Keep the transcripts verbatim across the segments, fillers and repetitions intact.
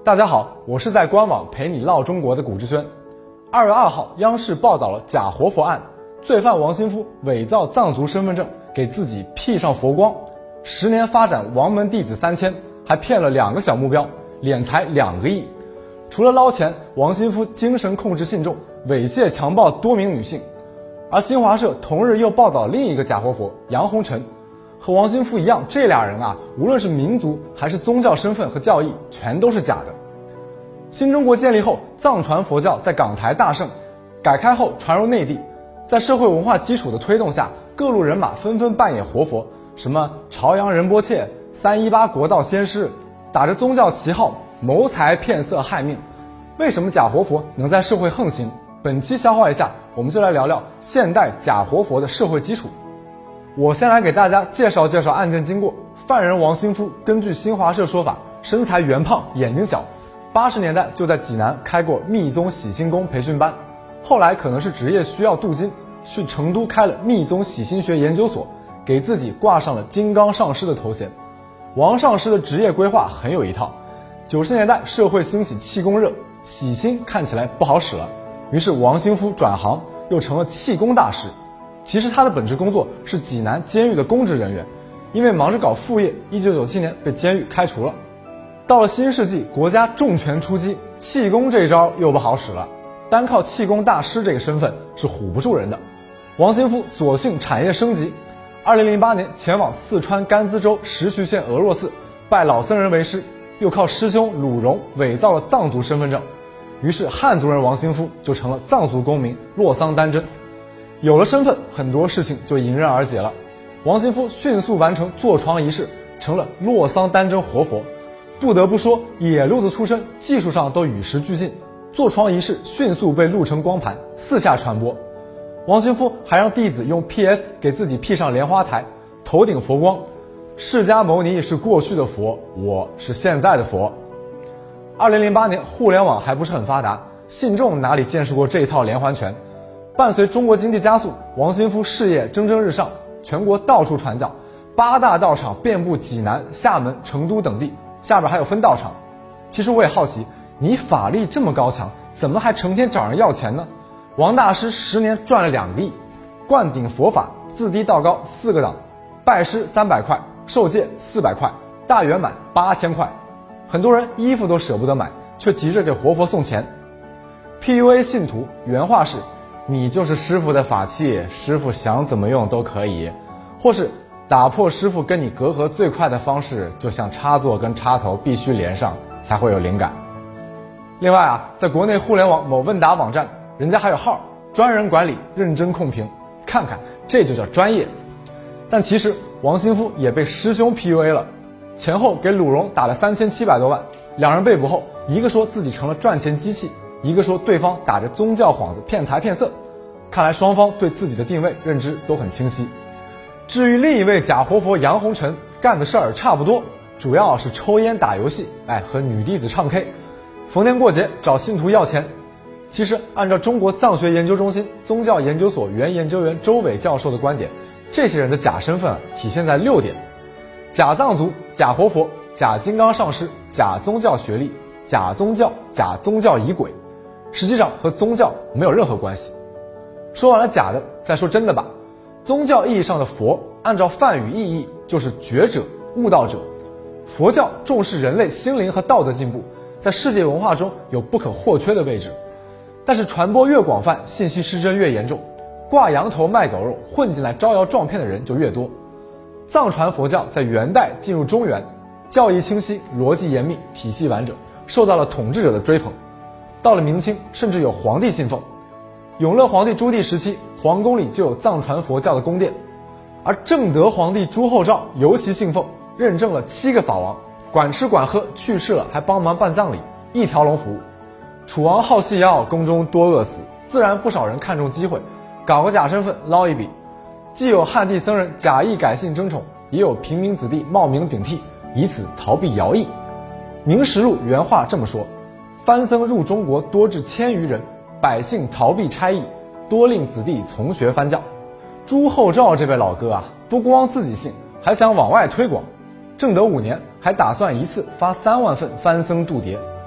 大家好，我是在官网陪你唠中国的古志轩。二月二号，央视报道了假活佛案，罪犯王新夫伪造藏族身份证，给自己 P 上佛光，十年发展王门弟子三千，还骗了两个小目标，敛财两个亿。除了捞钱，王新夫精神控制信众，猥亵强暴多名女性。而新华社同日又报道另一个假活佛杨红尘，和王新夫一样，这俩人啊，无论是民族还是宗教身份和教义，全都是假的。新中国建立后，藏传佛教在港台大盛，改开后传入内地，在社会文化基础的推动下，各路人马纷纷扮演活佛，什么朝阳仁波切、三一八国道先师，打着宗教旗号谋财骗色害命。为什么假活佛能在社会横行？本期消化一下，我们就来聊聊现代假活佛的社会基础。我先来给大家介绍介绍案件经过。犯人王新夫根据新华社说法，身材圆胖，眼睛小，八十年代就在济南开过密宗喜心宫培训班，后来可能是职业需要镀金，去成都开了密宗喜心学研究所，给自己挂上了金刚上师的头衔。王上师的职业规划很有一套。九十年代社会兴起气功热，喜心看起来不好使了，于是王新夫转行，又成了气功大师。其实他的本职工作是济南监狱的公职人员，因为忙着搞副业，一九九七年被监狱开除了。到了新世纪，国家重拳出击，气功这招又不好使了，单靠气功大师这个身份是唬不住人的。王新夫索性产业升级，二零零八年前往四川甘孜州石渠县额若寺拜老僧人为师，又靠师兄鲁荣伪造了藏族身份证，于是汉族人王新夫就成了藏族公民洛桑丹真。有了身份，很多事情就迎刃而解了。王新夫迅速完成坐床仪式，成了洛桑丹真活佛。不得不说，野路子出身，技术上都与时俱进。坐床仪式迅速被录成光盘，四下传播。王新夫还让弟子用 P S 给自己 P 上莲花台，头顶佛光。释迦牟尼是过去的佛，我是现在的佛。二零零八年，互联网还不是很发达，信众哪里见识过这套连环拳？伴随中国经济加速，王新夫事业蒸蒸日上，全国到处传教，八大道场遍布济南、厦门、成都等地，下边还有分道场。其实我也好奇，你法力这么高强，怎么还成天找人要钱呢？王大师十年赚了两个亿，灌顶佛法自低到高四个档，拜师三百块，受戒四百块，大圆满八千块。很多人衣服都舍不得买，却急着给活佛送钱。P U A 信徒原话是，你就是师父的法器，师父想怎么用都可以，或是打破师父跟你隔阂最快的方式，就像插座跟插头必须连上才会有灵感。另外啊，在国内互联网某问答网站，人家还有号，专人管理，认真控评，看看这就叫专业。但其实王新夫也被师兄 P U A 了，前后给鲁荣打了三千七百多万。两人被捕后，一个说自己成了赚钱机器，一个说对方打着宗教幌子骗财骗色。看来双方对自己的定位认知都很清晰。至于另一位假活佛杨红尘，干的事儿差不多，主要是抽烟打游戏，哎，和女弟子唱 K， 逢年过节找信徒要钱。其实按照中国藏学研究中心宗教研究所原研究员周伟教授的观点，这些人的假身份、啊、体现在六点：假藏族、假活佛、假金刚上师、假宗教学历、假宗教、假宗教仪轨，实际上和宗教没有任何关系。说完了假的，再说真的吧。宗教意义上的佛，按照梵语意义就是觉者、悟道者。佛教重视人类心灵和道德进步，在世界文化中有不可或缺的位置。但是传播越广泛，信息失真越严重，挂羊头卖狗肉，混进来招摇撞骗的人就越多。藏传佛教在元代进入中原，教义清晰，逻辑严密，体系完整，受到了统治者的追捧。到了明清，甚至有皇帝信奉。永乐皇帝朱棣时期，皇宫里就有藏传佛教的宫殿，而正德皇帝朱厚照尤其信奉，认证了七个法王，管吃管喝，去世了还帮忙办葬礼，一条龙服务。楚王好细腰，宫中多饿死，自然不少人看中机会，搞个假身份捞一笔。既有汉地僧人假意改姓争宠，也有平民子弟冒名顶替，以此逃避徭役。明实录原话这么说：番僧入中国多至千余人，百姓逃避差役，多令子弟从学藩教。朱厚照这位老哥啊，不光自己信，还想往外推广。正德五年还打算一次发三万份番僧度牒，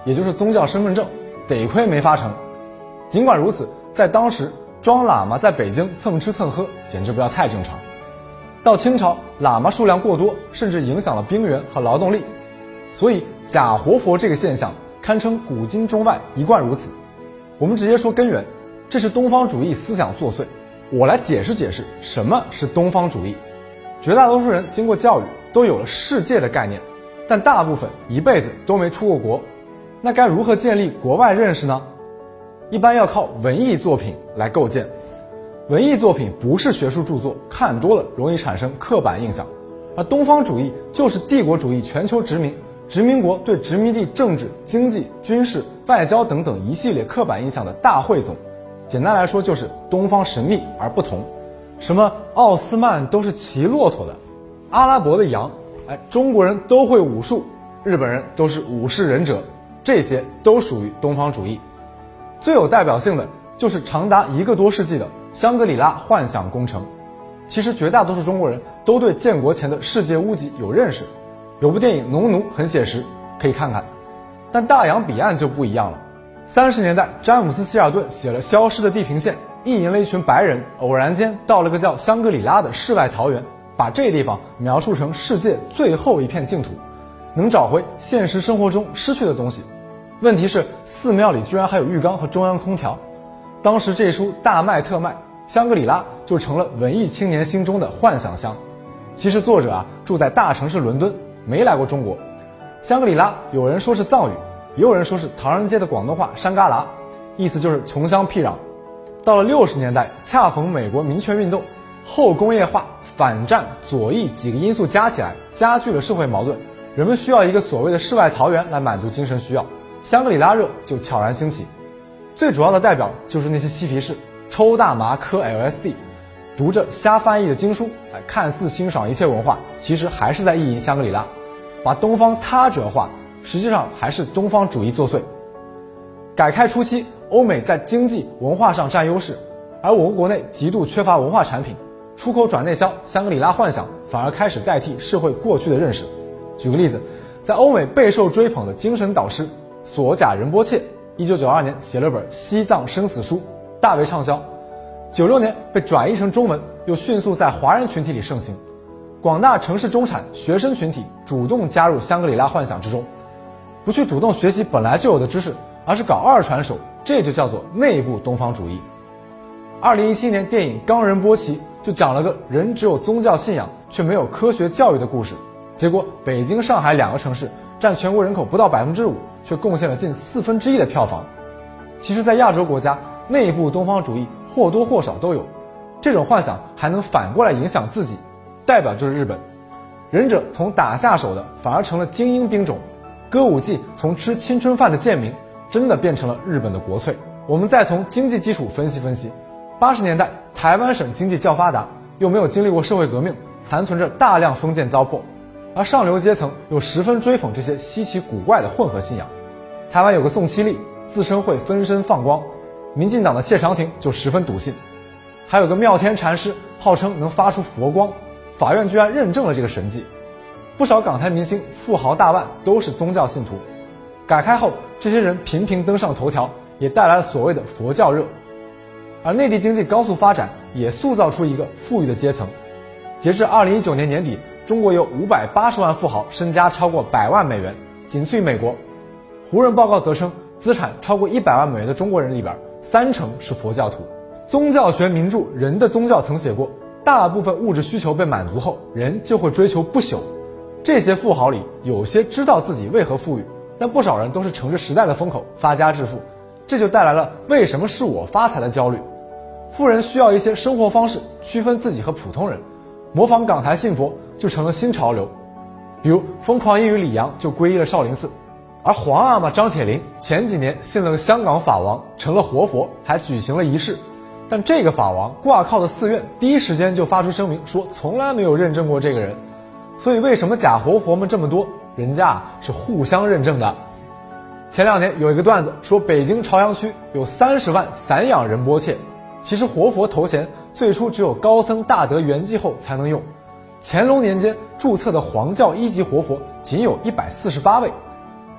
也就是宗教身份证，得亏没发成。尽管如此，在当时装喇嘛在北京蹭吃蹭喝简直不要太正常。到清朝，喇嘛数量过多，甚至影响了兵源和劳动力，所以假活佛这个现象堪称古今中外一贯如此。我们直接说根源，这是东方主义思想作祟。我来解释解释什么是东方主义。绝大多数人经过教育都有了世界的概念，但大部分一辈子都没出过国，那该如何建立国外认识呢？一般要靠文艺作品来构建。文艺作品不是学术著作，看多了容易产生刻板印象，而东方主义就是帝国主义全球殖民殖民国对殖民地政治、经济、军事、外交等等一系列刻板印象的大汇总。简单来说就是东方神秘而不同。什么奥斯曼都是骑骆驼的，阿拉伯的羊，哎，中国人都会武术，日本人都是武士忍者，这些都属于东方主义。最有代表性的就是长达一个多世纪的香格里拉幻想工程。其实绝大多数中国人都对建国前的世界屋脊有认识，有部电影《农奴》很写实，可以看看。但大洋彼岸就不一样了。三十年代，詹姆斯·希尔顿写了《消失的地平线》，意淫了一群白人偶然间到了个叫香格里拉的世外桃源，把这地方描述成世界最后一片净土，能找回现实生活中失去的东西。问题是寺庙里居然还有浴缸和中央空调。当时这书大卖特卖，香格里拉就成了文艺青年心中的幻想乡。其实作者啊住在大城市伦敦，没来过中国。香格里拉有人说是藏语，也有人说是唐人街的广东话山旮旯，意思就是穷乡僻壤。到了六十年代，恰逢美国民权运动、后工业化、反战、左翼几个因素加起来，加剧了社会矛盾，人们需要一个所谓的世外桃源来满足精神需要，香格里拉热就悄然兴起。最主要的代表就是那些嬉皮士，抽大麻嗑 L S D， 读着瞎翻译的经书，哎，看似欣赏一切文化，其实还是在意淫香格里拉，把东方他者化，实际上还是东方主义作祟。改开初期，欧美在经济文化上占优势，而我国国内极度缺乏文化产品，出口转内销，香格里拉幻想反而开始代替社会过去的认识。举个例子，在欧美备受追捧的精神导师索甲仁波切一九九二年写了本《西藏生死书》，大为畅销。九六年被转译成中文，又迅速在华人群体里盛行。广大城市中产学生群体主动加入香格里拉幻想之中，不去主动学习本来就有的知识，而是搞二传手，这就叫做内部东方主义。二零一七年电影《冈仁波齐》就讲了个人只有宗教信仰却没有科学教育的故事，结果北京、上海两个城市占全国人口不到百分之五，却贡献了近四分之一的票房。其实，在亚洲国家，内部东方主义或多或少都有，这种幻想还能反过来影响自己，代表就是日本。忍者从打下手的反而成了精英兵种，歌舞伎从吃青春饭的贱民真的变成了日本的国粹。我们再从经济基础分析分析，八十年代台湾省经济较发达，又没有经历过社会革命，残存着大量封建糟粕，而上流阶层又十分追捧这些稀奇古怪的混合信仰。台湾有个宋七力，自称会分身放光，民进党的谢长廷就十分笃信。还有个妙天禅师，号称能发出佛光，法院居然认证了这个神迹。不少港台明星、富豪大腕都是宗教信徒。改开后，这些人频频登上头条，也带来了所谓的佛教热。而内地经济高速发展，也塑造出一个富裕的阶层。截至二零一九年年底，中国有五百八十万富豪，身家超过百万美元，仅次于美国。胡润报告则称，资产超过一百万美元的中国人里边，三成是佛教徒。宗教学名著《人的宗教》曾写过，大部分物质需求被满足后，人就会追求不朽。这些富豪里，有些知道自己为何富裕，但不少人都是乘着时代的风口发家致富，这就带来了为什么是我发财的焦虑。富人需要一些生活方式区分自己和普通人，模仿港台信佛就成了新潮流。比如疯狂英语李阳就皈依了少林寺，而皇阿玛张铁林前几年信了个香港法王，成了活佛，还举行了仪式。但这个法王挂靠的寺院第一时间就发出声明说从来没有认证过这个人。所以为什么假活佛们这么多？人家啊是互相认证的。前两年有一个段子说北京朝阳区有三十万散养仁波切，其实活佛头衔最初只有高僧大德圆寂后才能用。乾隆年间注册的黄教一级活佛仅有一百四十八位，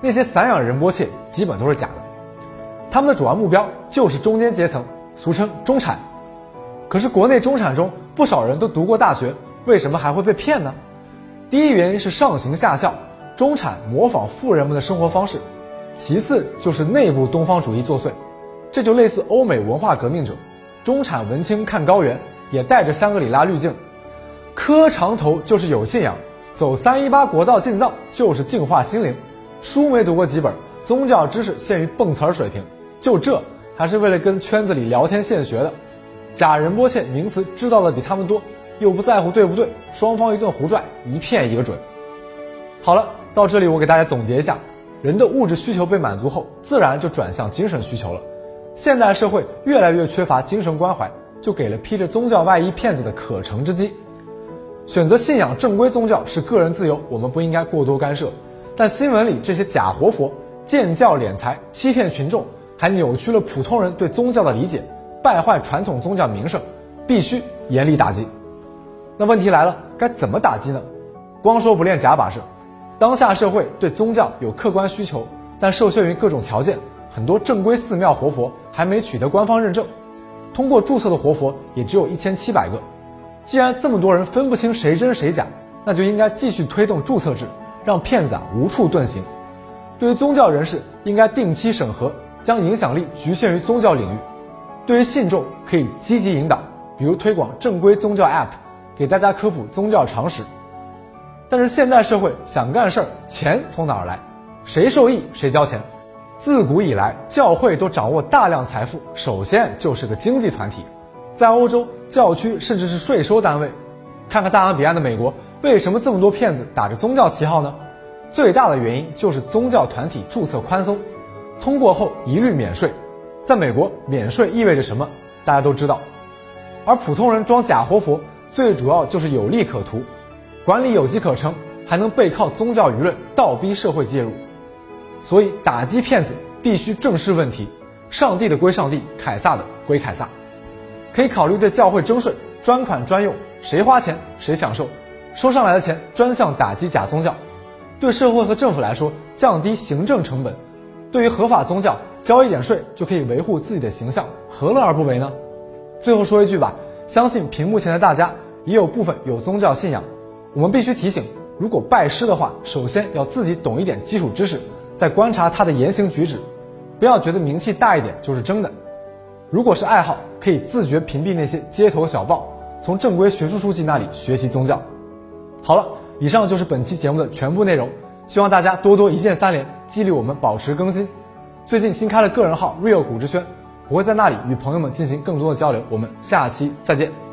那些散养仁波切基本都是假的。他们的主要目标就是中间阶层，俗称中产。可是国内中产中不少人都读过大学，为什么还会被骗呢？第一原因是上行下效，中产模仿富人们的生活方式；其次就是内部东方主义作祟，这就类似欧美文化革命者，中产文青看高原，也带着香格里拉滤镜。磕长头就是有信仰，走三一八国道进藏就是净化心灵，书没读过几本，宗教知识限于蹦词儿水平，就这还是为了跟圈子里聊天现学的。假仁波切名词知道的比他们多，又不在乎对不对，双方一顿胡拽，一骗一个准。好了，到这里我给大家总结一下，人的物质需求被满足后，自然就转向精神需求了。现代社会越来越缺乏精神关怀，就给了披着宗教外衣骗子的可乘之机。选择信仰正规宗教是个人自由，我们不应该过多干涉，但新闻里这些假活佛建教敛财，欺骗群众，还扭曲了普通人对宗教的理解，败坏传统宗教名声，必须严厉打击。那问题来了，该怎么打击呢？光说不练假把式。当下社会对宗教有客观需求，但受限于各种条件，很多正规寺庙活佛还没取得官方认证，通过注册的活佛也只有一千七百个。既然这么多人分不清谁真谁假，那就应该继续推动注册制，让骗子啊无处遁形。对于宗教人士，应该定期审核，将影响力局限于宗教领域。对于信众，可以积极引导，比如推广正规宗教 App， 给大家科普宗教常识。但是现代社会想干事儿，钱从哪儿来？谁受益谁交钱。自古以来，教会都掌握大量财富，首先就是个经济团体。在欧洲，教区甚至是税收单位。看看大洋彼岸的美国，为什么这么多骗子打着宗教旗号呢？最大的原因就是宗教团体注册宽松，通过后一律免税。在美国，免税意味着什么？大家都知道。而普通人装假活佛，最主要就是有利可图，管理有机可乘，还能背靠宗教舆论倒逼社会介入。所以打击骗子必须正视问题，上帝的归上帝，凯撒的归凯撒。可以考虑对教会征税，专款专用，谁花钱谁享受，收上来的钱专项打击假宗教。对社会和政府来说，降低行政成本。对于合法宗教，交一点税就可以维护自己的形象，何乐而不为呢？最后说一句吧，相信屏幕前的大家也有部分有宗教信仰，我们必须提醒，如果拜师的话，首先要自己懂一点基础知识，再观察他的言行举止，不要觉得名气大一点就是真的。如果是爱好，可以自觉屏蔽那些街头小报，从正规学术书籍那里学习宗教。好了，以上就是本期节目的全部内容，希望大家多多一键三连，激励我们保持更新。最近新开了个人号 Real 古之轩，我会在那里与朋友们进行更多的交流，我们下期再见。